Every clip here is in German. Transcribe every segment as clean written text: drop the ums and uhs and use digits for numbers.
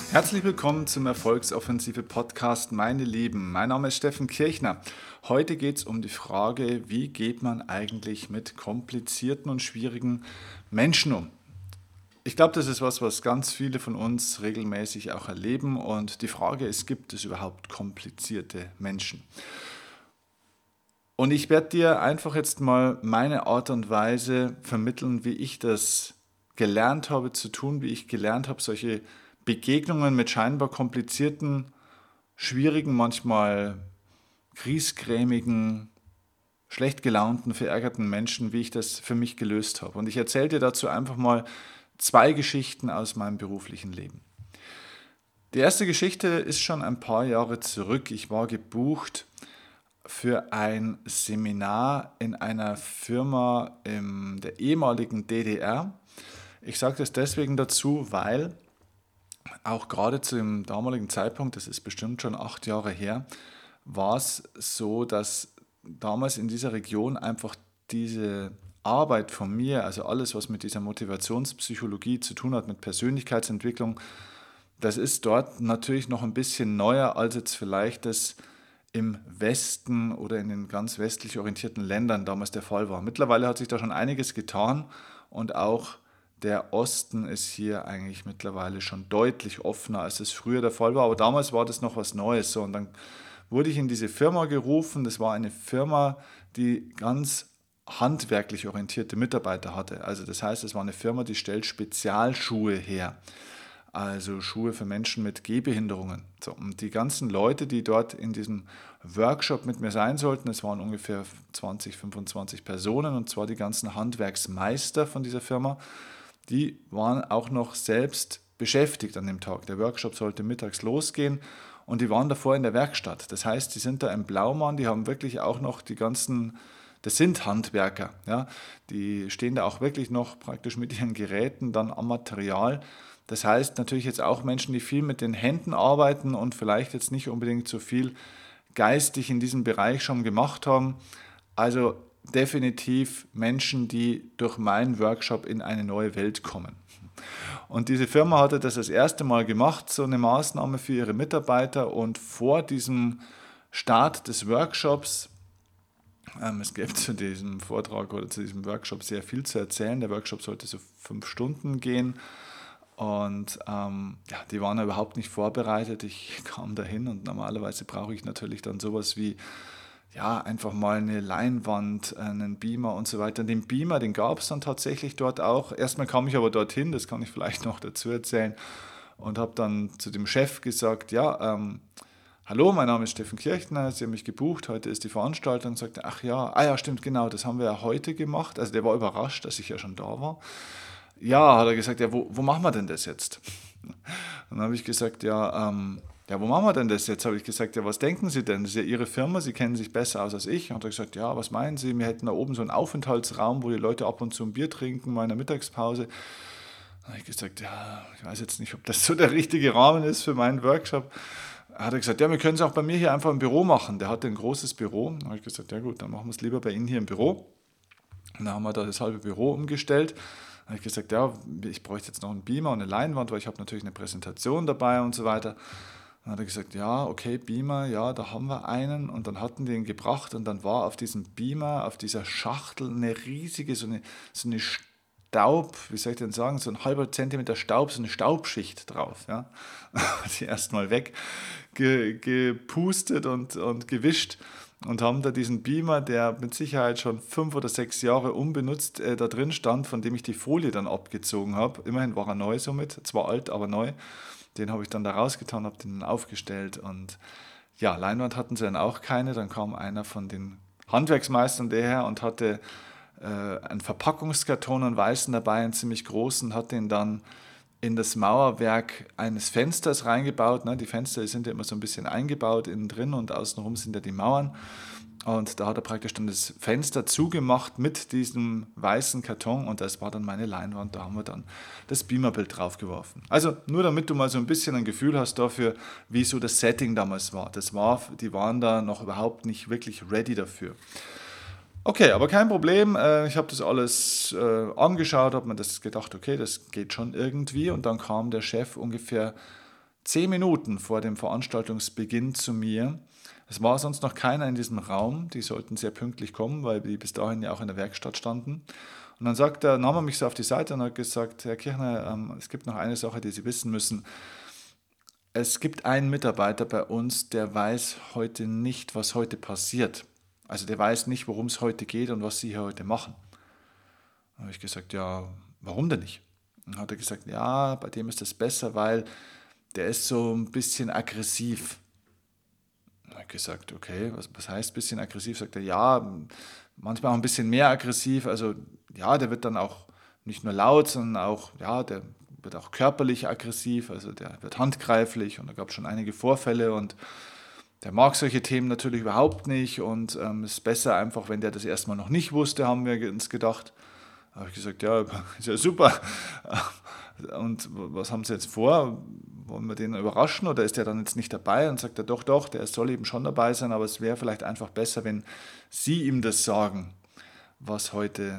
Herzlich willkommen zum Erfolgsoffensive Podcast, meine Lieben. Mein Name ist Steffen Kirchner. Heute geht es um die Frage, wie geht man eigentlich mit komplizierten und schwierigen Menschen um? Ich glaube, das ist was ganz viele von uns regelmäßig auch erleben. Und die Frage ist, gibt es überhaupt komplizierte Menschen? Und ich werde dir einfach jetzt mal meine Art und Weise vermitteln, wie ich das gelernt habe zu tun, wie ich gelernt habe, solche Begegnungen mit scheinbar komplizierten, schwierigen, manchmal griesgrämigen, schlecht gelaunten, verärgerten Menschen, wie ich das für mich gelöst habe. Und ich erzähle dir dazu einfach mal zwei Geschichten aus meinem beruflichen Leben. Die erste Geschichte ist schon ein paar Jahre zurück. Ich war gebucht für ein Seminar in einer Firma in der ehemaligen DDR. Ich sage das deswegen dazu, weil auch gerade zu dem damaligen Zeitpunkt, das ist bestimmt schon 8 Jahre her, war es so, dass damals in dieser Region einfach diese Arbeit von mir, also alles, was mit dieser Motivationspsychologie zu tun hat, mit Persönlichkeitsentwicklung, das ist dort natürlich noch ein bisschen neuer, als jetzt vielleicht das im Westen oder in den ganz westlich orientierten Ländern damals der Fall war. Mittlerweile hat sich da schon einiges getan und auch der Osten ist hier eigentlich mittlerweile schon deutlich offener, als es früher der Fall war. Aber damals war das noch was Neues. So, und dann wurde ich in diese Firma gerufen. Das war eine Firma, die ganz handwerklich orientierte Mitarbeiter hatte. Also das heißt, es war eine Firma, die stellt Spezialschuhe her. Also Schuhe für Menschen mit Gehbehinderungen. So, und die ganzen Leute, die dort in diesem Workshop mit mir sein sollten, es waren ungefähr 20, 25 Personen, und zwar die ganzen Handwerksmeister von dieser Firma, die waren auch noch selbst beschäftigt an dem Tag. Der Workshop sollte mittags losgehen und die waren davor in der Werkstatt. Das heißt, die sind da im Blaumann, die haben wirklich auch noch die ganzen, das sind Handwerker, ja, die stehen da auch wirklich noch praktisch mit ihren Geräten dann am Material. Das heißt natürlich jetzt auch Menschen, die viel mit den Händen arbeiten und vielleicht jetzt nicht unbedingt so viel geistig in diesem Bereich schon gemacht haben. Also definitiv Menschen, die durch meinen Workshop in eine neue Welt kommen. Und diese Firma hatte das erste Mal gemacht, so eine Maßnahme für ihre Mitarbeiter, und vor diesem Start des Workshops, es gibt zu diesem Vortrag oder zu diesem Workshop sehr viel zu erzählen. Der Workshop sollte so 5 Stunden gehen. Und ja, die waren überhaupt nicht vorbereitet. Ich kam dahin und normalerweise brauche ich natürlich dann sowas wie, ja, einfach mal eine Leinwand, einen Beamer und so weiter. Den Beamer, den gab es dann tatsächlich dort auch. Erstmal kam ich aber dorthin, das kann ich vielleicht noch dazu erzählen, und habe dann zu dem Chef gesagt, ja, hallo, mein Name ist Steffen Kirchner, Sie haben mich gebucht, heute ist die Veranstaltung. Sagte, ach ja, ah ja, stimmt, genau, das haben wir ja heute gemacht. Also der war überrascht, dass ich ja schon da war. Ja, hat er gesagt, ja, wo machen wir denn das jetzt? Dann habe ich gesagt, ja, wo machen wir denn das jetzt? Habe ich gesagt, ja, was denken Sie denn? Das ist ja Ihre Firma, Sie kennen sich besser aus als ich. Und hat er gesagt, ja, was meinen Sie? Wir hätten da oben so einen Aufenthaltsraum, wo die Leute ab und zu ein Bier trinken, mal in der Mittagspause. Dann habe ich gesagt, ja, ich weiß jetzt nicht, ob das so der richtige Rahmen ist für meinen Workshop. Hat er gesagt, ja, wir können es auch bei mir hier einfach im Büro machen. Der hatte ein großes Büro. Dann habe ich gesagt, ja gut, dann machen wir es lieber bei Ihnen hier im Büro. Und dann haben wir da das halbe Büro umgestellt. Dann habe ich gesagt, ja, ich bräuchte jetzt noch einen Beamer und eine Leinwand, weil ich habe natürlich eine Präsentation dabei und so weiter. Dann hat er gesagt, ja, okay, Beamer, ja, da haben wir einen. Und dann hatten die ihn gebracht und dann war auf diesem Beamer, auf dieser Schachtel eine riesige, so eine Staub, wie soll ich denn sagen, so ein halber Zentimeter Staub, so eine Staubschicht drauf. Ja. Die erstmal weggepustet und gewischt und haben da diesen Beamer, der mit Sicherheit schon 5 oder 6 Jahre unbenutzt da drin stand, von dem ich die Folie dann abgezogen habe. Immerhin war er neu somit, zwar alt, aber neu. Den habe ich dann da rausgetan, habe den aufgestellt, und ja, Leinwand hatten sie dann auch keine. Dann kam einer von den Handwerksmeistern daher und hatte einen Verpackungskarton, einen weißen dabei, einen ziemlich großen, hat den dann in das Mauerwerk eines Fensters reingebaut. Ne? Die Fenster sind ja immer so ein bisschen eingebaut innen drin und außenrum sind ja die Mauern. Und da hat er praktisch dann das Fenster zugemacht mit diesem weißen Karton, und das war dann meine Leinwand. Da haben wir dann das Beamerbild draufgeworfen. Also nur damit du mal so ein bisschen ein Gefühl hast dafür, wie so das Setting damals war. Die waren da noch überhaupt nicht wirklich ready dafür. Okay, aber kein Problem. Ich habe das alles angeschaut, habe mir das gedacht, okay, das geht schon irgendwie. Und dann kam der Chef ungefähr 10 Minuten vor dem Veranstaltungsbeginn zu mir. Es war sonst noch keiner in diesem Raum, die sollten sehr pünktlich kommen, weil die bis dahin ja auch in der Werkstatt standen. Und dann nahm er mich so auf die Seite und hat gesagt, Herr Kirchner, es gibt noch eine Sache, die Sie wissen müssen. Es gibt einen Mitarbeiter bei uns, der weiß heute nicht, was heute passiert. Also der weiß nicht, worum es heute geht und was Sie hier heute machen. Dann habe ich gesagt, ja, warum denn nicht? Dann hat er gesagt, ja, bei dem ist es besser, weil der ist so ein bisschen aggressiv. Dann habe ich gesagt, okay, was heißt ein bisschen aggressiv? Sagt er, ja, manchmal auch ein bisschen mehr aggressiv. Also ja, der wird dann auch nicht nur laut, sondern auch, ja, der wird auch körperlich aggressiv, also der wird handgreiflich und da gab es schon einige Vorfälle und der mag solche Themen natürlich überhaupt nicht und es ist besser einfach, wenn der das erstmal noch nicht wusste, haben wir uns gedacht. Da habe ich gesagt, ja, ist ja super. Und was haben Sie jetzt vor? Wollen wir den überraschen oder ist der dann jetzt nicht dabei? Und sagt er, doch, der soll eben schon dabei sein, aber es wäre vielleicht einfach besser, wenn Sie ihm das sagen, was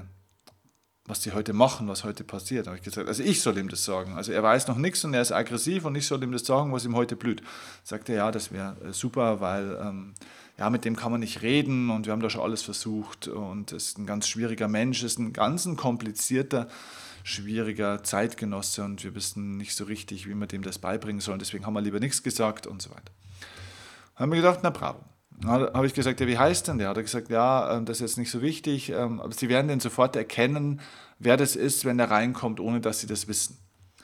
Sie heute machen, was heute passiert. Da habe ich gesagt, also ich soll ihm das sagen. Also er weiß noch nichts und er ist aggressiv und ich soll ihm das sagen, was ihm heute blüht. Sagt er, ja, das wäre super, weil ja, mit dem kann man nicht reden und wir haben da schon alles versucht und ist ein ganz schwieriger Mensch, ist ein ganz komplizierter, schwieriger Zeitgenosse und wir wissen nicht so richtig, wie wir dem das beibringen sollen. Deswegen haben wir lieber nichts gesagt und so weiter. Haben wir gedacht, na bravo. Dann habe ich gesagt, ja, wie heißt denn der? Hat er gesagt, ja, das ist jetzt nicht so wichtig, aber Sie werden den sofort erkennen, wer das ist, wenn der reinkommt, ohne dass Sie das wissen.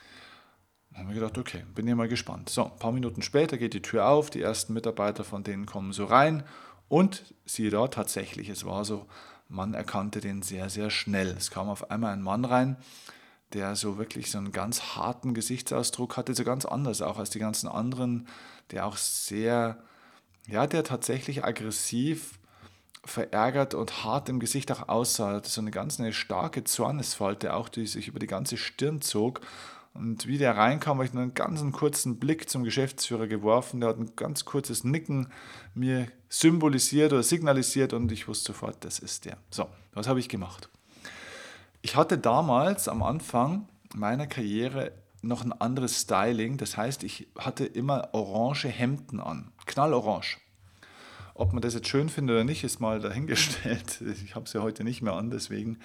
Dann haben wir gedacht, okay, bin ja mal gespannt. So, ein paar Minuten später geht die Tür auf, die ersten Mitarbeiter von denen kommen so rein und siehe da, tatsächlich, es war so, man erkannte den sehr, sehr schnell. Es kam auf einmal ein Mann rein, der so wirklich so einen ganz harten Gesichtsausdruck hatte, so ganz anders auch als die ganzen anderen, der auch sehr, ja, der tatsächlich aggressiv, verärgert und hart im Gesicht auch aussah. Hatte so eine starke Zornesfalte auch, die sich über die ganze Stirn zog. Und wie der reinkam, habe ich nur einen ganz kurzen Blick zum Geschäftsführer geworfen. Der hat ein ganz kurzes Nicken mir symbolisiert oder signalisiert und ich wusste sofort, das ist der. So, was habe ich gemacht? Ich hatte damals am Anfang meiner Karriere noch ein anderes Styling. Das heißt, ich hatte immer orange Hemden an, knallorange. Ob man das jetzt schön findet oder nicht, ist mal dahingestellt. Ich habe es ja heute nicht mehr an, deswegen,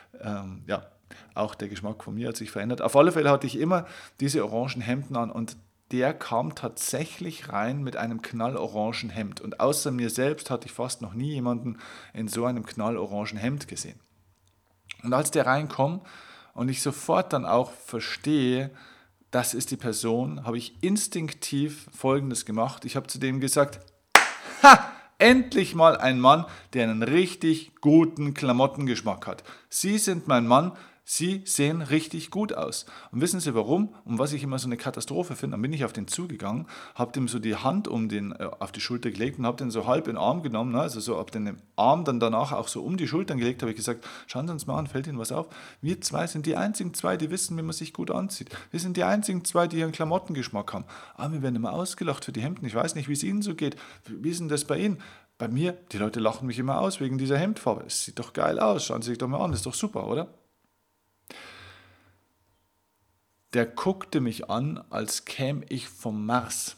ja, auch der Geschmack von mir hat sich verändert. Auf alle Fälle hatte ich immer diese orangen Hemden an und der kam tatsächlich rein mit einem knallorangen Hemd. Und außer mir selbst hatte ich fast noch nie jemanden in so einem knallorangen Hemd gesehen. Und als der reinkommt und ich sofort dann auch verstehe, das ist die Person, habe ich instinktiv Folgendes gemacht. Ich habe zu dem gesagt, ha! Endlich mal ein Mann, der einen richtig guten Klamottengeschmack hat. Sie sind mein Mann, Sie sehen richtig gut aus. Und wissen Sie warum? Und was ich immer so eine Katastrophe finde, dann bin ich auf den zugegangen, habe ihm so die Hand auf die Schulter gelegt und habe den so halb in den Arm genommen, ne? Also so ab den Arm dann danach auch so um die Schultern gelegt, habe ich gesagt, schauen Sie uns mal an, fällt Ihnen was auf? Wir zwei sind die einzigen zwei, die wissen, wie man sich gut anzieht. Wir sind die einzigen zwei, die ihren Klamottengeschmack haben. Wir werden immer ausgelacht für die Hemden. Ich weiß nicht, wie es Ihnen so geht. Wie ist denn das bei Ihnen? Bei mir, die Leute lachen mich immer aus wegen dieser Hemdfarbe. Es sieht doch geil aus, schauen Sie sich doch mal an, das ist doch super, oder? Der guckte mich an, als käme ich vom Mars.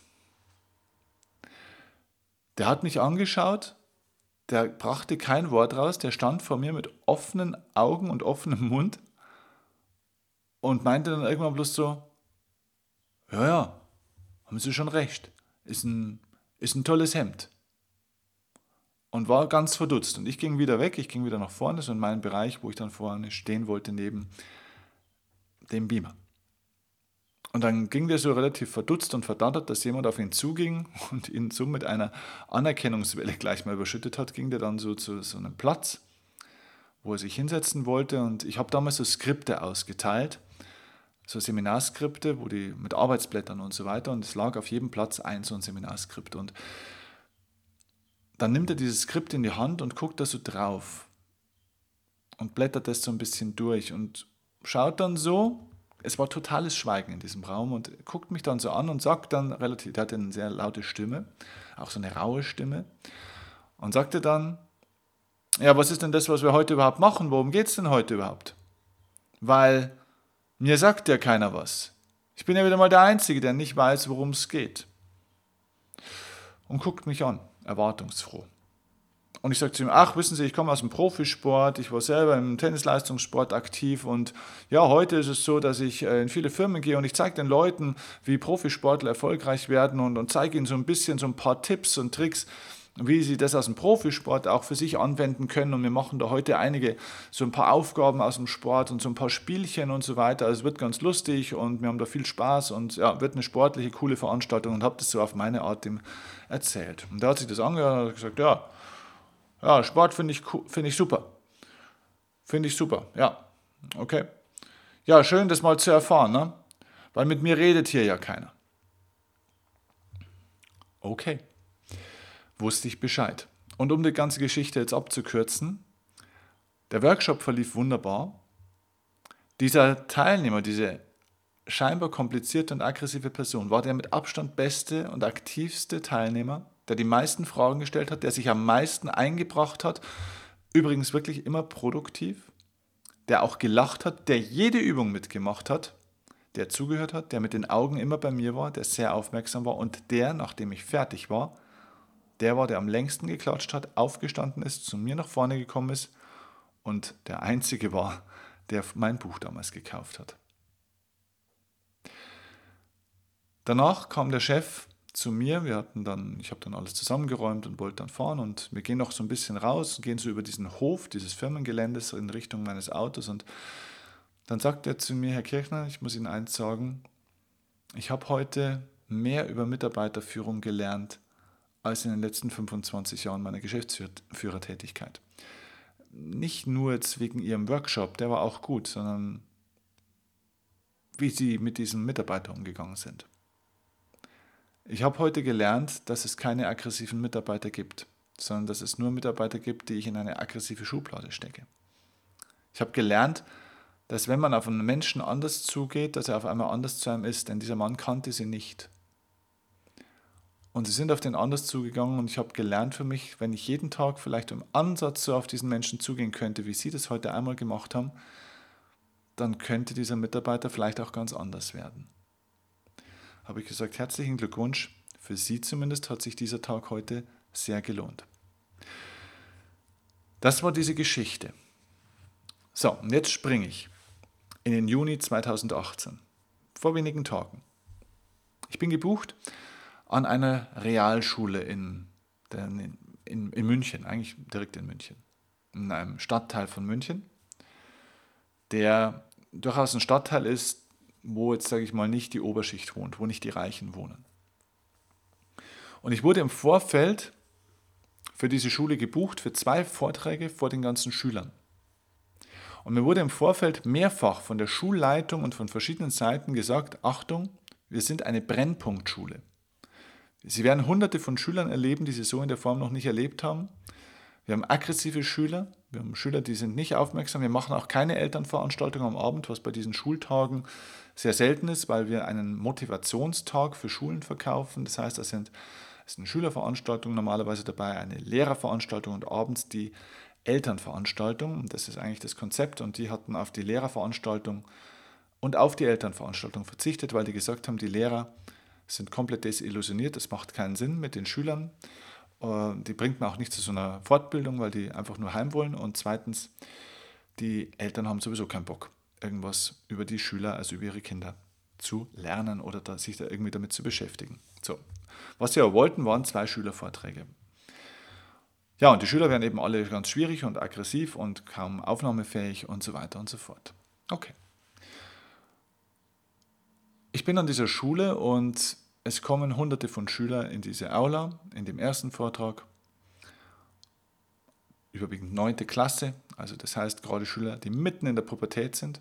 Der hat mich angeschaut, der brachte kein Wort raus, der stand vor mir mit offenen Augen und offenem Mund und meinte dann irgendwann bloß so, ja, haben Sie schon recht, ist ein tolles Hemd. Und war ganz verdutzt. Und ich ging wieder weg, ich ging wieder nach vorne, so in meinen Bereich, wo ich dann vorne stehen wollte, neben dem Beamer. Und dann ging der so relativ verdutzt und verdattert, dass jemand auf ihn zuging und ihn so mit einer Anerkennungswelle gleich mal überschüttet hat, ging der dann so zu so einem Platz, wo er sich hinsetzen wollte. Und ich habe damals so Skripte ausgeteilt, so Seminarskripte, wo die mit Arbeitsblättern und so weiter. Und es lag auf jedem Platz so ein Seminarskript. Und dann nimmt er dieses Skript in die Hand und guckt da so drauf und blättert das so ein bisschen durch und schaut dann so. Es war totales Schweigen in diesem Raum und guckt mich dann so an und sagt dann relativ, der hatte eine sehr laute Stimme, auch so eine raue Stimme, und sagte dann, ja, was ist denn das, was wir heute überhaupt machen? Worum geht es denn heute überhaupt? Weil mir sagt ja keiner was. Ich bin ja wieder mal der Einzige, der nicht weiß, worum es geht. Und guckt mich an, erwartungsfroh. Und ich sage zu ihm, ach, wissen Sie, ich komme aus dem Profisport, ich war selber im Tennisleistungssport aktiv und ja, heute ist es so, dass ich in viele Firmen gehe und ich zeige den Leuten, wie Profisportler erfolgreich werden und zeige ihnen so ein bisschen so ein paar Tipps und Tricks, wie sie das aus dem Profisport auch für sich anwenden können. Und wir machen da heute so ein paar Aufgaben aus dem Sport und so ein paar Spielchen und so weiter. Also es wird ganz lustig und wir haben da viel Spaß und ja, wird eine sportliche, coole Veranstaltung und habe das so auf meine Art ihm erzählt. Und da hat sich das angehört und hat gesagt, ja, Sport find ich super. Finde ich super, ja. Okay. Ja, schön, das mal zu erfahren, ne? Weil mit mir redet hier ja keiner. Okay, wusste ich Bescheid. Und um die ganze Geschichte jetzt abzukürzen, der Workshop verlief wunderbar. Dieser Teilnehmer, diese scheinbar komplizierte und aggressive Person, war der mit Abstand beste und aktivste Teilnehmer, der die meisten Fragen gestellt hat, der sich am meisten eingebracht hat, übrigens wirklich immer produktiv, der auch gelacht hat, der jede Übung mitgemacht hat, der zugehört hat, der mit den Augen immer bei mir war, der sehr aufmerksam war und der, nachdem ich fertig war, der war, der am längsten geklatscht hat, aufgestanden ist, zu mir nach vorne gekommen ist und der Einzige war, der mein Buch damals gekauft hat. Danach kam der Chef zu mir, ich habe dann alles zusammengeräumt und wollte dann fahren und wir gehen noch so ein bisschen raus, gehen so über diesen Hof dieses Firmengeländes in Richtung meines Autos und dann sagt er zu mir, Herr Kirchner, ich muss Ihnen eins sagen, ich habe heute mehr über Mitarbeiterführung gelernt als in den letzten 25 Jahren meiner Geschäftsführertätigkeit. Nicht nur jetzt wegen Ihrem Workshop, der war auch gut, sondern wie Sie mit diesem Mitarbeiter umgegangen sind. Ich habe heute gelernt, dass es keine aggressiven Mitarbeiter gibt, sondern dass es nur Mitarbeiter gibt, die ich in eine aggressive Schublade stecke. Ich habe gelernt, dass wenn man auf einen Menschen anders zugeht, dass er auf einmal anders zu einem ist, denn dieser Mann kannte sie nicht. Und sie sind auf den anders zugegangen und ich habe gelernt für mich, wenn ich jeden Tag vielleicht im Ansatz so auf diesen Menschen zugehen könnte, wie sie das heute einmal gemacht haben, dann könnte dieser Mitarbeiter vielleicht auch ganz anders werden. Habe ich gesagt, herzlichen Glückwunsch, für Sie zumindest hat sich dieser Tag heute sehr gelohnt. Das war diese Geschichte. So, und jetzt springe ich in den Juni 2018, vor wenigen Tagen. Ich bin gebucht an einer Realschule in München, eigentlich direkt in München, in einem Stadtteil von München, der durchaus ein Stadtteil ist, wo jetzt, sage ich mal, nicht die Oberschicht wohnt, wo nicht die Reichen wohnen. Und ich wurde im Vorfeld für diese Schule gebucht, für 2 Vorträge vor den ganzen Schülern. Und mir wurde im Vorfeld mehrfach von der Schulleitung und von verschiedenen Seiten gesagt, Achtung, wir sind eine Brennpunktschule. Sie werden hunderte von Schülern erleben, die sie so in der Form noch nicht erlebt haben. Wir haben aggressive Schüler, wir haben Schüler, die sind nicht aufmerksam. Wir machen auch keine Elternveranstaltungen am Abend, was bei diesen Schultagen sehr selten ist, weil wir einen Motivationstag für Schulen verkaufen. Das heißt, es ist eine Schülerveranstaltung normalerweise dabei, eine Lehrerveranstaltung und abends die Elternveranstaltung. Das ist eigentlich das Konzept und die hatten auf die Lehrerveranstaltung und auf die Elternveranstaltung verzichtet, weil die gesagt haben, die Lehrer sind komplett desillusioniert, es macht keinen Sinn mit den Schülern. Die bringt man auch nicht zu so einer Fortbildung, weil die einfach nur heim wollen. Und zweitens, die Eltern haben sowieso keinen Bock, irgendwas über die Schüler, also über ihre Kinder zu lernen oder sich da irgendwie damit zu beschäftigen. So. Was sie aber wollten, waren 2 Schülervorträge. Ja, und die Schüler werden eben alle ganz schwierig und aggressiv und kaum aufnahmefähig und so weiter und so fort. Okay. Ich bin an dieser Schule und es kommen hunderte von Schülern in diese Aula, in dem ersten Vortrag, überwiegend 9. Klasse, also das heißt gerade Schüler, die mitten in der Pubertät sind.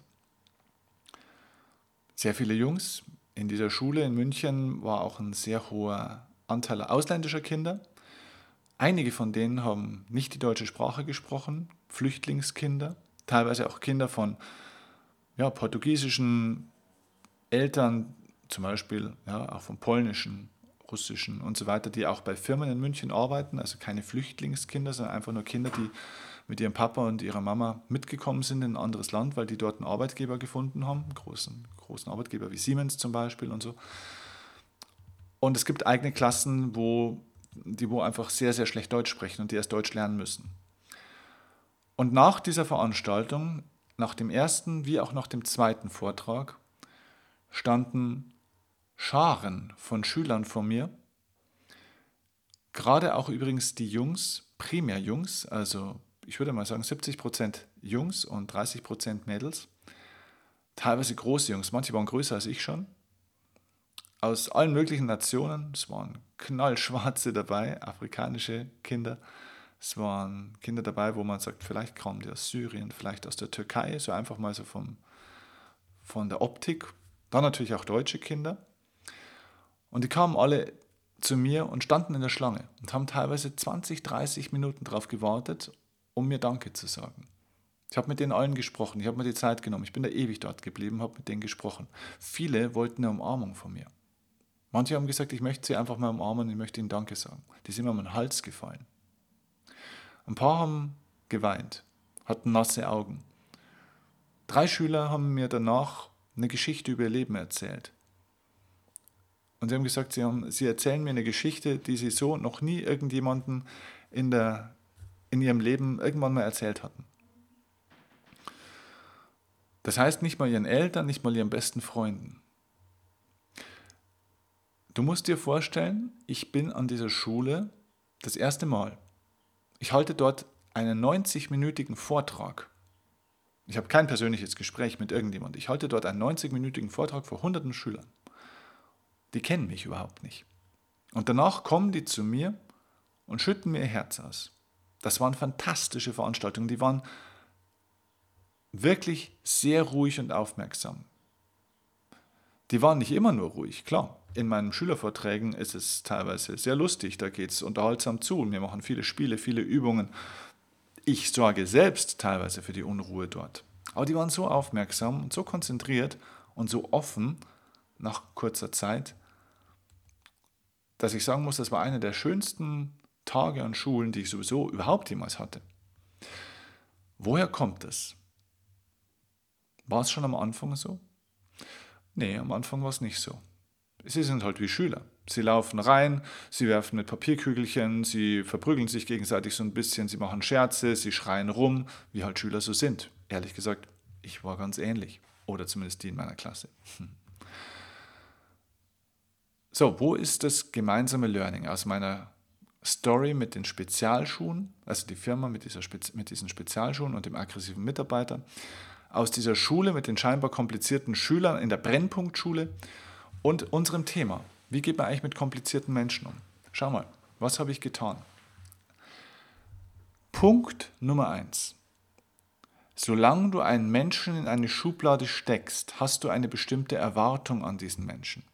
Sehr viele Jungs. In dieser Schule in München war auch ein sehr hoher Anteil ausländischer Kinder. Einige von denen haben nicht die deutsche Sprache gesprochen, Flüchtlingskinder, teilweise auch Kinder von portugiesischen Eltern, zum Beispiel auch von polnischen, russischen und so weiter, die auch bei Firmen in München arbeiten, also keine Flüchtlingskinder, sondern einfach nur Kinder, die mit ihrem Papa und ihrer Mama mitgekommen sind in ein anderes Land, weil die dort einen Arbeitgeber gefunden haben, einen großen Arbeitgeber wie Siemens zum Beispiel und so. Und es gibt eigene Klassen, wo einfach sehr, sehr schlecht Deutsch sprechen und die erst Deutsch lernen müssen. Und nach dieser Veranstaltung, nach dem ersten wie auch nach dem zweiten Vortrag, standen Scharen von Schülern vor mir, gerade auch übrigens die Jungs, primär Jungs, also ich würde mal sagen 70% Jungs und 30% Mädels, teilweise große Jungs, manche waren größer als ich schon, aus allen möglichen Nationen. Es waren knallschwarze dabei, afrikanische Kinder. Es waren Kinder dabei, wo man sagt, vielleicht kommen die aus Syrien, vielleicht aus der Türkei, so einfach mal so von der Optik. Dann natürlich auch deutsche Kinder. Und die kamen alle zu mir und standen in der Schlange und haben teilweise 20, 30 Minuten darauf gewartet, um mir Danke zu sagen. Ich habe mit denen allen gesprochen, ich habe mir die Zeit genommen, ich bin da ewig dort geblieben, habe mit denen gesprochen. Viele wollten eine Umarmung von mir. Manche haben gesagt, ich möchte sie einfach mal umarmen, ich möchte ihnen Danke sagen. Die sind mir um den Hals gefallen. Ein paar haben geweint, hatten nasse Augen. 3 Schüler haben mir danach eine Geschichte über ihr Leben erzählt. Und sie haben gesagt, sie erzählen mir eine Geschichte, die sie so noch nie irgendjemandem in ihrem Leben irgendwann mal erzählt hatten. Das heißt nicht mal ihren Eltern, nicht mal ihren besten Freunden. Du musst dir vorstellen, ich bin an dieser Schule das erste Mal. Ich halte dort einen 90-minütigen Vortrag. Ich habe kein persönliches Gespräch mit irgendjemandem. Ich halte dort einen 90-minütigen Vortrag vor hunderten Schülern. Die kennen mich überhaupt nicht. Und danach kommen die zu mir und schütten mir ihr Herz aus. Das waren fantastische Veranstaltungen. Die waren wirklich sehr ruhig und aufmerksam. Die waren nicht immer nur ruhig, klar. In meinen Schülervorträgen ist es teilweise sehr lustig, da geht es unterhaltsam zu. Wir machen viele Spiele, viele Übungen. Ich sorge selbst teilweise für die Unruhe dort. Aber die waren so aufmerksam und so konzentriert und so offen nach kurzer Zeit, dass ich sagen muss, das war einer der schönsten Tage an Schulen, die ich sowieso überhaupt jemals hatte. Woher kommt das? War es schon am Anfang so? Nee, am Anfang war es nicht so. Sie sind halt wie Schüler. Sie laufen rein, sie werfen mit Papierkügelchen, sie verprügeln sich gegenseitig so ein bisschen, sie machen Scherze, sie schreien rum, wie halt Schüler so sind. Ehrlich gesagt, ich war ganz ähnlich. Oder zumindest die in meiner Klasse. So, wo ist das gemeinsame Learning aus meiner Story mit den Spezialschuhen, also die Firma mit diesen Spezialschuhen und dem aggressiven Mitarbeiter, aus dieser Schule mit den scheinbar komplizierten Schülern in der Brennpunktschule und unserem Thema. Wie geht man eigentlich mit komplizierten Menschen um? Schau mal, was habe ich getan? Punkt Nummer 1. Solange du einen Menschen in eine Schublade steckst, hast du eine bestimmte Erwartung an diesen Menschen.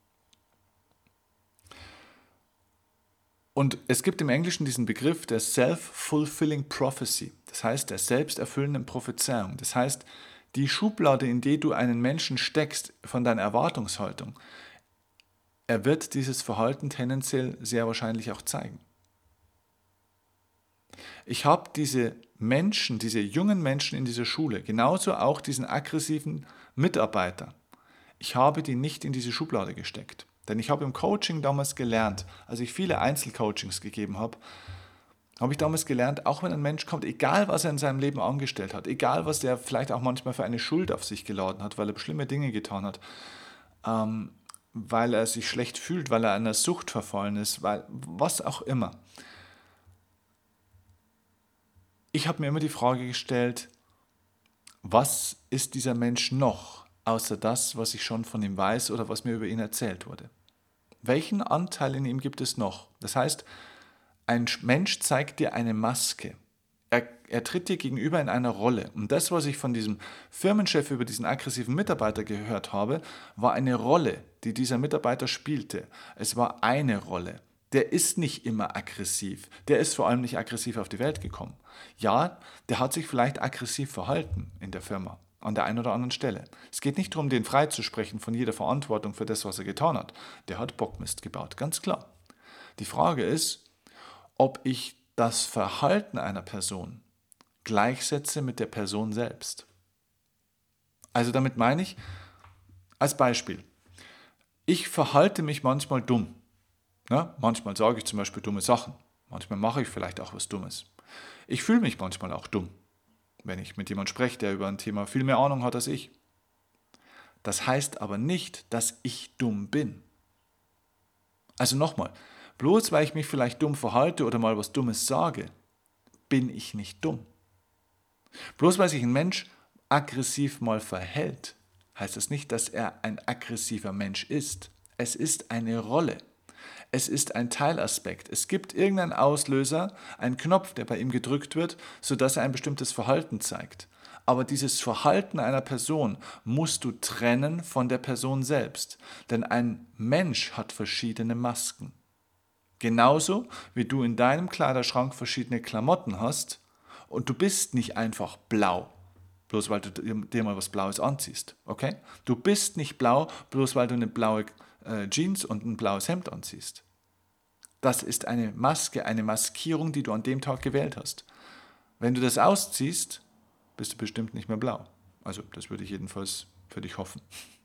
Und es gibt im Englischen diesen Begriff der Self-Fulfilling Prophecy, das heißt der selbsterfüllenden Prophezeiung. Das heißt, die Schublade, in die du einen Menschen steckst von deiner Erwartungshaltung, er wird dieses Verhalten tendenziell sehr wahrscheinlich auch zeigen. Ich habe diese Menschen, diese jungen Menschen in dieser Schule, genauso auch diesen aggressiven Mitarbeiter, ich habe die nicht in diese Schublade gesteckt. Denn ich habe im Coaching damals gelernt, als ich viele Einzelcoachings gegeben habe, habe ich damals gelernt, auch wenn ein Mensch kommt, egal was er in seinem Leben angestellt hat, egal was der vielleicht auch manchmal für eine Schuld auf sich geladen hat, weil er schlimme Dinge getan hat, weil er sich schlecht fühlt, weil er einer Sucht verfallen ist, weil was auch immer. Ich habe mir immer die Frage gestellt, was ist dieser Mensch noch, außer das, was ich schon von ihm weiß oder was mir über ihn erzählt wurde? Welchen Anteil in ihm gibt es noch? Das heißt, ein Mensch zeigt dir eine Maske. Er tritt dir gegenüber in einer Rolle. Und das, was ich von diesem Firmenchef über diesen aggressiven Mitarbeiter gehört habe, war eine Rolle, die dieser Mitarbeiter spielte. Es war eine Rolle. Der ist nicht immer aggressiv. Der ist vor allem nicht aggressiv auf die Welt gekommen. Ja, der hat sich vielleicht aggressiv verhalten in der Firma. An der einen oder anderen Stelle. Es geht nicht darum, den freizusprechen von jeder Verantwortung für das, was er getan hat. Der hat Bockmist gebaut, ganz klar. Die Frage ist, ob ich das Verhalten einer Person gleichsetze mit der Person selbst. Also damit meine ich, als Beispiel, ich verhalte mich manchmal dumm. Ja, manchmal sage ich zum Beispiel dumme Sachen. Manchmal mache ich vielleicht auch was Dummes. Ich fühle mich manchmal auch dumm, wenn ich mit jemandem spreche, der über ein Thema viel mehr Ahnung hat als ich. Das heißt aber nicht, dass ich dumm bin. Also nochmal, bloß weil ich mich vielleicht dumm verhalte oder mal was Dummes sage, bin ich nicht dumm. Bloß weil sich ein Mensch aggressiv mal verhält, heißt das nicht, dass er ein aggressiver Mensch ist. Es ist eine Rolle. Es ist ein Teilaspekt. Es gibt irgendeinen Auslöser, einen Knopf, der bei ihm gedrückt wird, sodass er ein bestimmtes Verhalten zeigt. Aber dieses Verhalten einer Person musst du trennen von der Person selbst. Denn ein Mensch hat verschiedene Masken. Genauso wie du in deinem Kleiderschrank verschiedene Klamotten hast und du bist nicht einfach blau, bloß weil du dir mal was Blaues anziehst. Okay? Du bist nicht blau, bloß weil du eine blaue Jeans und ein blaues Hemd anziehst. Das ist eine Maske, eine Maskierung, die du an dem Tag gewählt hast. Wenn du das ausziehst, bist du bestimmt nicht mehr blau. Also das würde ich jedenfalls für dich hoffen.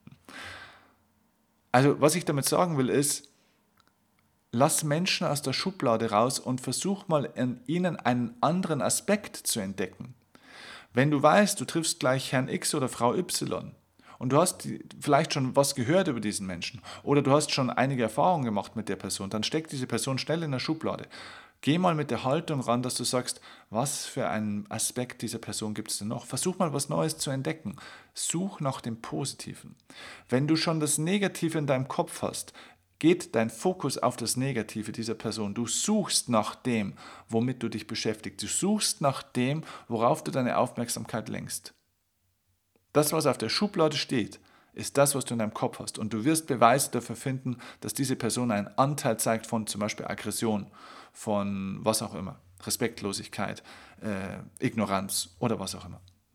Also was ich damit sagen will ist, lass Menschen aus der Schublade raus und versuch mal in ihnen einen anderen Aspekt zu entdecken. Wenn du weißt, du triffst gleich Herrn X oder Frau Y und du hast vielleicht schon was gehört über diesen Menschen oder du hast schon einige Erfahrungen gemacht mit der Person, dann steckt diese Person schnell in der Schublade. Geh mal mit der Haltung ran, dass du sagst, was für einen Aspekt dieser Person gibt es denn noch? Versuch mal was Neues zu entdecken. Such nach dem Positiven. Wenn du schon das Negative in deinem Kopf hast, geht dein Fokus auf das Negative dieser Person. Du suchst nach dem, womit du dich beschäftigst. Du suchst nach dem, worauf du deine Aufmerksamkeit lenkst. Das, was auf der Schublade steht, ist das, was du in deinem Kopf hast. Und du wirst Beweise dafür finden, dass diese Person einen Anteil zeigt von zum Beispiel Aggression, von was auch immer, Respektlosigkeit, Ignoranz oder was auch immer.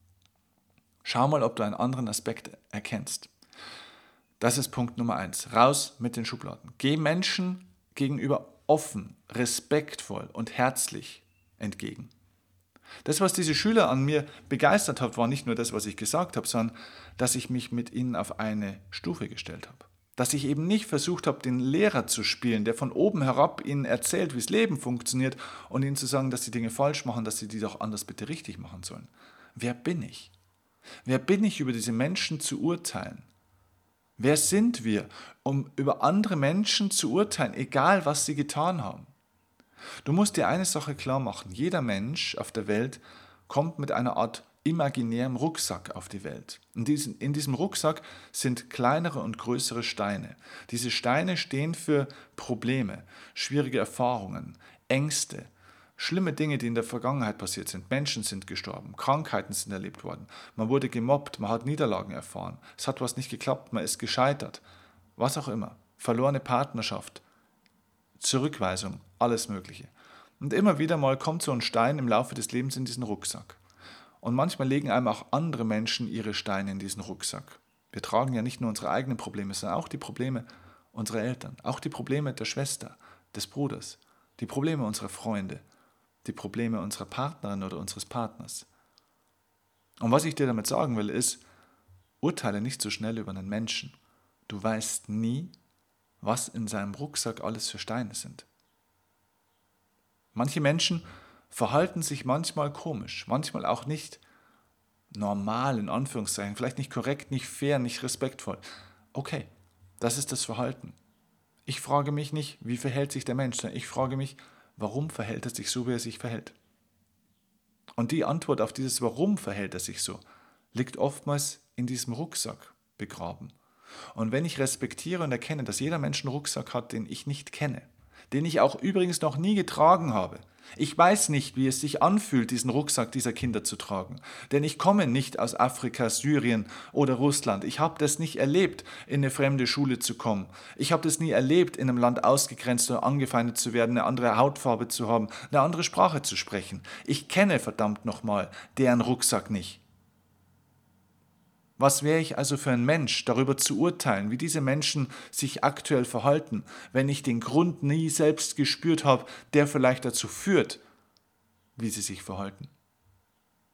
Schau mal, ob du einen anderen Aspekt erkennst. Das ist Punkt Nummer 1. Raus mit den Schubladen. Geh Menschen gegenüber offen, respektvoll und herzlich entgegen. Das, was diese Schüler an mir begeistert hat, war nicht nur das, was ich gesagt habe, sondern dass ich mich mit ihnen auf eine Stufe gestellt habe. Dass ich eben nicht versucht habe, den Lehrer zu spielen, der von oben herab ihnen erzählt, wie das Leben funktioniert und ihnen zu sagen, dass sie Dinge falsch machen, dass sie die doch anders bitte richtig machen sollen. Wer bin ich? Wer bin ich, über diese Menschen zu urteilen? Wer sind wir, um über andere Menschen zu urteilen, egal was sie getan haben? Du musst dir eine Sache klar machen. Jeder Mensch auf der Welt kommt mit einer Art imaginärem Rucksack auf die Welt. In diesem Rucksack sind kleinere und größere Steine. Diese Steine stehen für Probleme, schwierige Erfahrungen, Ängste, schlimme Dinge, die in der Vergangenheit passiert sind. Menschen sind gestorben, Krankheiten sind erlebt worden, man wurde gemobbt, man hat Niederlagen erfahren, es hat was nicht geklappt, man ist gescheitert, was auch immer. Verlorene Partnerschaft, Zurückweisung, alles Mögliche. Und immer wieder mal kommt so ein Stein im Laufe des Lebens in diesen Rucksack. Und manchmal legen einem auch andere Menschen ihre Steine in diesen Rucksack. Wir tragen ja nicht nur unsere eigenen Probleme, sondern auch die Probleme unserer Eltern, auch die Probleme der Schwester, des Bruders, die Probleme unserer Freunde, die Probleme unserer Partnerin oder unseres Partners. Und was ich dir damit sagen will, ist, urteile nicht so schnell über einen Menschen. Du weißt nie, was in seinem Rucksack alles für Steine sind. Manche Menschen verhalten sich manchmal komisch, manchmal auch nicht normal, in Anführungszeichen, vielleicht nicht korrekt, nicht fair, nicht respektvoll. Okay, das ist das Verhalten. Ich frage mich nicht, wie verhält sich der Mensch, sondern ich frage mich, warum verhält er sich so, wie er sich verhält? Und die Antwort auf dieses Warum verhält er sich so, liegt oftmals in diesem Rucksack begraben. Und wenn ich respektiere und erkenne, dass jeder Mensch einen Rucksack hat, den ich nicht kenne, den ich auch übrigens noch nie getragen habe. Ich weiß nicht, wie es sich anfühlt, diesen Rucksack dieser Kinder zu tragen. Denn ich komme nicht aus Afrika, Syrien oder Russland. Ich habe das nicht erlebt, in eine fremde Schule zu kommen. Ich habe das nie erlebt, in einem Land ausgegrenzt oder angefeindet zu werden, eine andere Hautfarbe zu haben, eine andere Sprache zu sprechen. Ich kenne verdammt nochmal deren Rucksack nicht. Was wäre ich also für ein Mensch, darüber zu urteilen, wie diese Menschen sich aktuell verhalten, wenn ich den Grund nie selbst gespürt habe, der vielleicht dazu führt, wie sie sich verhalten?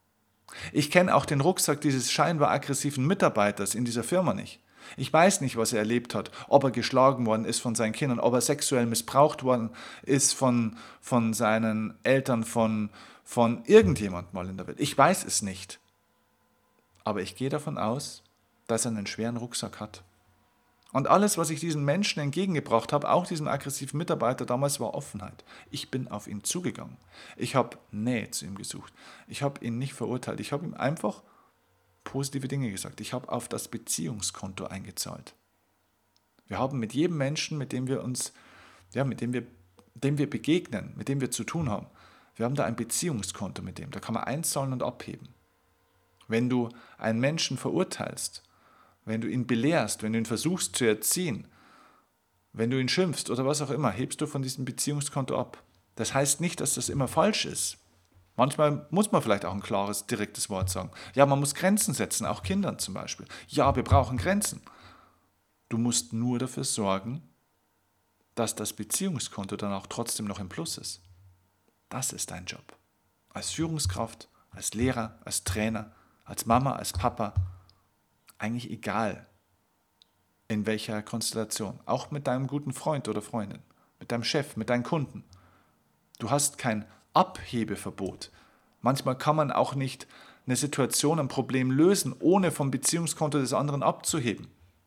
Ich kenne auch den Rucksack dieses scheinbar aggressiven Mitarbeiters in dieser Firma nicht. Ich weiß nicht, was er erlebt hat, ob er geschlagen worden ist von seinen Kindern, ob er sexuell missbraucht worden ist von seinen Eltern, von irgendjemand mal in der Welt. Ich weiß es nicht. Aber ich gehe davon aus, dass er einen schweren Rucksack hat. Und alles, was ich diesen Menschen entgegengebracht habe, auch diesem aggressiven Mitarbeiter damals, war Offenheit. Ich bin auf ihn zugegangen. Ich habe Nähe zu ihm gesucht. Ich habe ihn nicht verurteilt. Ich habe ihm einfach positive Dinge gesagt. Ich habe auf das Beziehungskonto eingezahlt. Wir haben mit jedem Menschen, mit dem wir uns, ja, dem wir begegnen, mit dem wir zu tun haben, wir haben da ein Beziehungskonto mit dem. Da kann man einzahlen und abheben. Wenn du einen Menschen verurteilst, wenn du ihn belehrst, wenn du ihn versuchst zu erziehen, wenn du ihn schimpfst oder was auch immer, hebst du von diesem Beziehungskonto ab. Das heißt nicht, dass das immer falsch ist. Manchmal muss man vielleicht auch ein klares, direktes Wort sagen. Ja, man muss Grenzen setzen, auch Kindern zum Beispiel. Ja, wir brauchen Grenzen. Du musst nur dafür sorgen, dass das Beziehungskonto dann auch trotzdem noch im Plus ist. Das ist dein Job. Als Führungskraft, als Lehrer, als Trainer, als Mama, als Papa. Eigentlich egal, in welcher Konstellation. Auch mit deinem guten Freund oder Freundin, mit deinem Chef, mit deinen Kunden. Du hast kein Abhebeverbot. Manchmal kann man auch nicht eine Situation, ein Problem lösen, ohne vom Beziehungskonto des anderen abzuheben.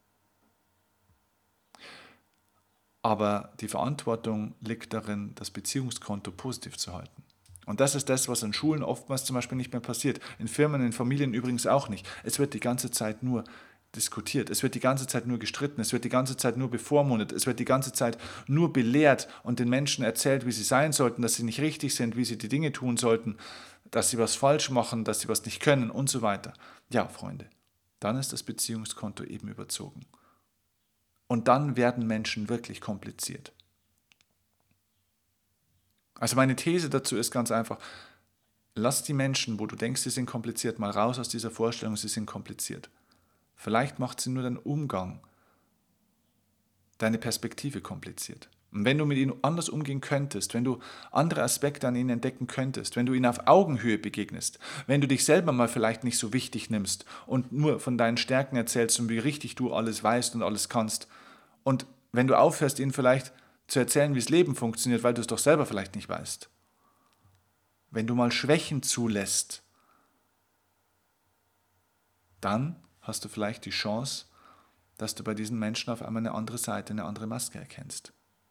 Aber die Verantwortung liegt darin, das Beziehungskonto positiv zu halten. Und das ist das, was an Schulen oftmals zum Beispiel nicht mehr passiert. In Firmen, in Familien übrigens auch nicht. Es wird die ganze Zeit nur diskutiert. Es wird die ganze Zeit nur gestritten. Es wird die ganze Zeit nur bevormundet. Es wird die ganze Zeit nur belehrt und den Menschen erzählt, wie sie sein sollten, dass sie nicht richtig sind, wie sie die Dinge tun sollten, dass sie was falsch machen, dass sie was nicht können und so weiter. Ja, Freunde, dann ist das Beziehungskonto eben überzogen. Und dann werden Menschen wirklich kompliziert. Also meine These dazu ist ganz einfach, lass die Menschen, wo du denkst, sie sind kompliziert, mal raus aus dieser Vorstellung, sie sind kompliziert. Vielleicht macht sie nur deinen Umgang, deine Perspektive kompliziert. Und wenn du mit ihnen anders umgehen könntest, wenn du andere Aspekte an ihnen entdecken könntest, wenn du ihnen auf Augenhöhe begegnest, wenn du dich selber mal vielleicht nicht so wichtig nimmst und nur von deinen Stärken erzählst und wie richtig du alles weißt und alles kannst, und wenn du aufhörst, ihnen vielleicht zu erzählen, wie das Leben funktioniert, weil du es doch selber vielleicht nicht weißt, wenn du mal Schwächen zulässt, dann hast du vielleicht die Chance, dass du bei diesen Menschen auf einmal eine andere Seite, eine andere Maske erkennst.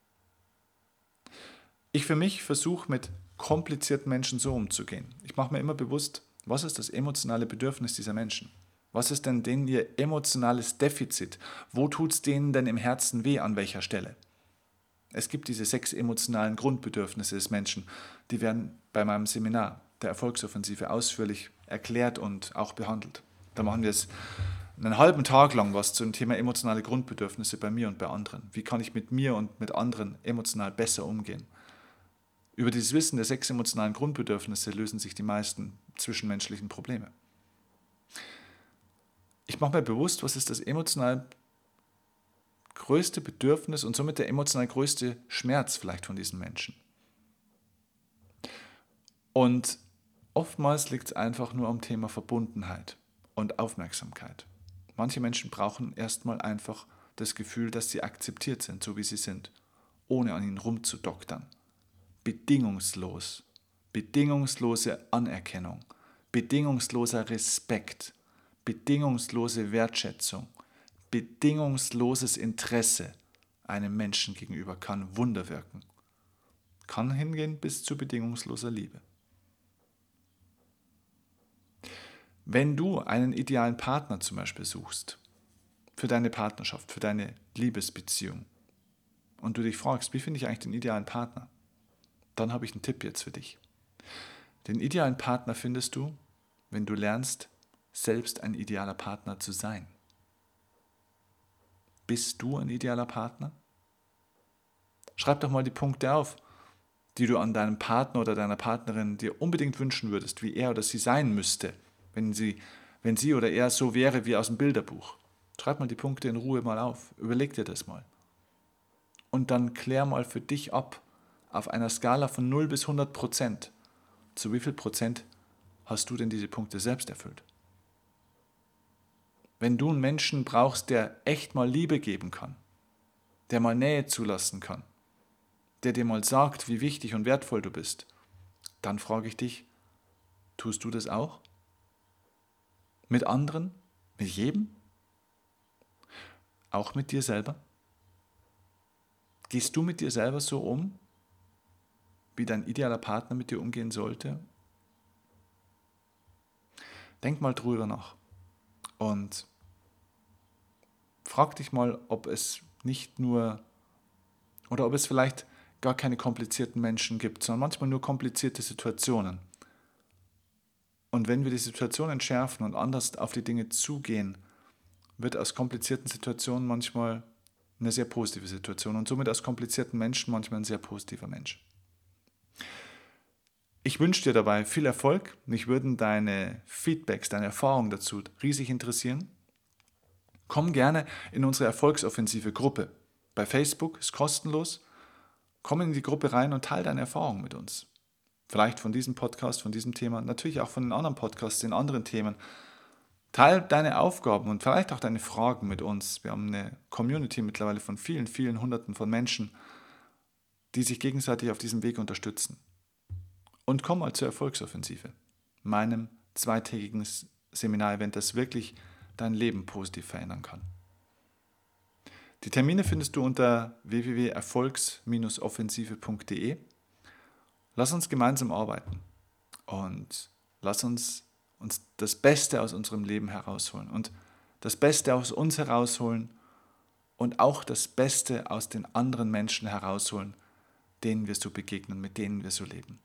Ich für mich versuche mit komplizierten Menschen so umzugehen. Ich mache mir immer bewusst, was ist das emotionale Bedürfnis dieser Menschen? Was ist denn denen ihr emotionales Defizit? Wo tut es denen denn im Herzen weh, an welcher Stelle? Es gibt diese 6 emotionalen Grundbedürfnisse des Menschen, die werden bei meinem Seminar der Erfolgsoffensive ausführlich erklärt und auch behandelt. Da machen wir es einen halben Tag lang was zum Thema emotionale Grundbedürfnisse bei mir und bei anderen. Wie kann ich mit mir und mit anderen emotional besser umgehen? Über dieses Wissen der 6 emotionalen Grundbedürfnisse lösen sich die meisten zwischenmenschlichen Probleme. Ich mache mir bewusst, was ist das emotional größte Bedürfnis und somit der emotional größte Schmerz vielleicht von diesen Menschen. Und oftmals liegt es einfach nur am Thema Verbundenheit und Aufmerksamkeit. Manche Menschen brauchen erstmal einfach das Gefühl, dass sie akzeptiert sind, so wie sie sind, ohne an ihnen rumzudoktern. Bedingungslos, bedingungslose Anerkennung, bedingungsloser Respekt, bedingungslose Wertschätzung, bedingungsloses Interesse einem Menschen gegenüber kann Wunder wirken. Kann hingehen bis zu bedingungsloser Liebe. Wenn du einen idealen Partner zum Beispiel suchst, für deine Partnerschaft, für deine Liebesbeziehung, und du dich fragst, wie finde ich eigentlich den idealen Partner, dann habe ich einen Tipp jetzt für dich. Den idealen Partner findest du, wenn du lernst, selbst ein idealer Partner zu sein. Bist du ein idealer Partner? Schreib doch mal die Punkte auf, die du an deinem Partner oder deiner Partnerin dir unbedingt wünschen würdest, wie er oder sie sein müsste, wenn sie oder er so wäre wie aus dem Bilderbuch. Schreib mal die Punkte in Ruhe mal auf, überleg dir das mal. Und dann klär mal für dich ab, auf einer Skala von 0 bis 100%, zu wie viel Prozent hast du denn diese Punkte selbst erfüllt? Wenn du einen Menschen brauchst, der echt mal Liebe geben kann, der mal Nähe zulassen kann, der dir mal sagt, wie wichtig und wertvoll du bist, dann frage ich dich, tust du das auch? Mit anderen? Mit jedem? Auch mit dir selber? Gehst du mit dir selber so um, wie dein idealer Partner mit dir umgehen sollte? Denk mal drüber nach und frag dich mal, ob es nicht nur oder ob es vielleicht gar keine komplizierten Menschen gibt, sondern manchmal nur komplizierte Situationen. Und wenn wir die Situation entschärfen und anders auf die Dinge zugehen, wird aus komplizierten Situationen manchmal eine sehr positive Situation und somit aus komplizierten Menschen manchmal ein sehr positiver Mensch. Ich wünsche dir dabei viel Erfolg. Mich würden deine Feedbacks, deine Erfahrungen dazu riesig interessieren. Komm gerne in unsere Erfolgsoffensive Gruppe. Bei Facebook ist kostenlos. Komm in die Gruppe rein und teile deine Erfahrungen mit uns. Vielleicht von diesem Podcast, von diesem Thema, natürlich auch von den anderen Podcasts, den anderen Themen. Teile deine Aufgaben und vielleicht auch deine Fragen mit uns. Wir haben eine Community mittlerweile von vielen, vielen Hunderten von Menschen, die sich gegenseitig auf diesem Weg unterstützen. Und komm mal zur Erfolgsoffensive, meinem 2-tägigen Seminarevent, das wirklich dein Leben positiv verändern kann. Die Termine findest du unter www.erfolgs-offensive.de. Lass uns gemeinsam arbeiten und lass uns das Beste aus unserem Leben herausholen und das Beste aus uns herausholen und auch das Beste aus den anderen Menschen herausholen, denen wir so begegnen, mit denen wir so leben.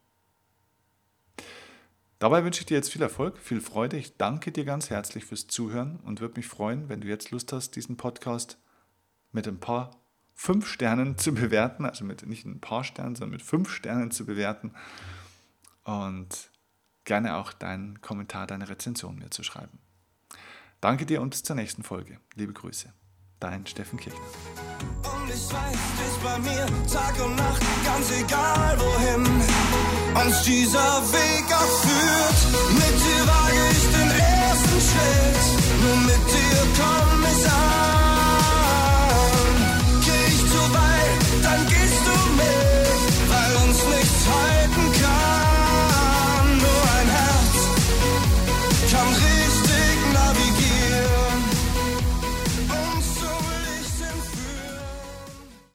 Dabei wünsche ich dir jetzt viel Erfolg, viel Freude. Ich danke dir ganz herzlich fürs Zuhören und würde mich freuen, wenn du jetzt Lust hast, diesen Podcast mit ein paar 5 Sternen zu bewerten, also mit nicht ein paar Sternen, sondern mit 5 Sternen zu bewerten und gerne auch deinen Kommentar, deine Rezension mir zu schreiben. Danke dir und bis zur nächsten Folge. Liebe Grüße, dein Steffen Kirchner. Und ich weiß, du bist bei mir Tag und Nacht, ganz egal wohin uns dieser Weg auch führt. Mit dir wage ich den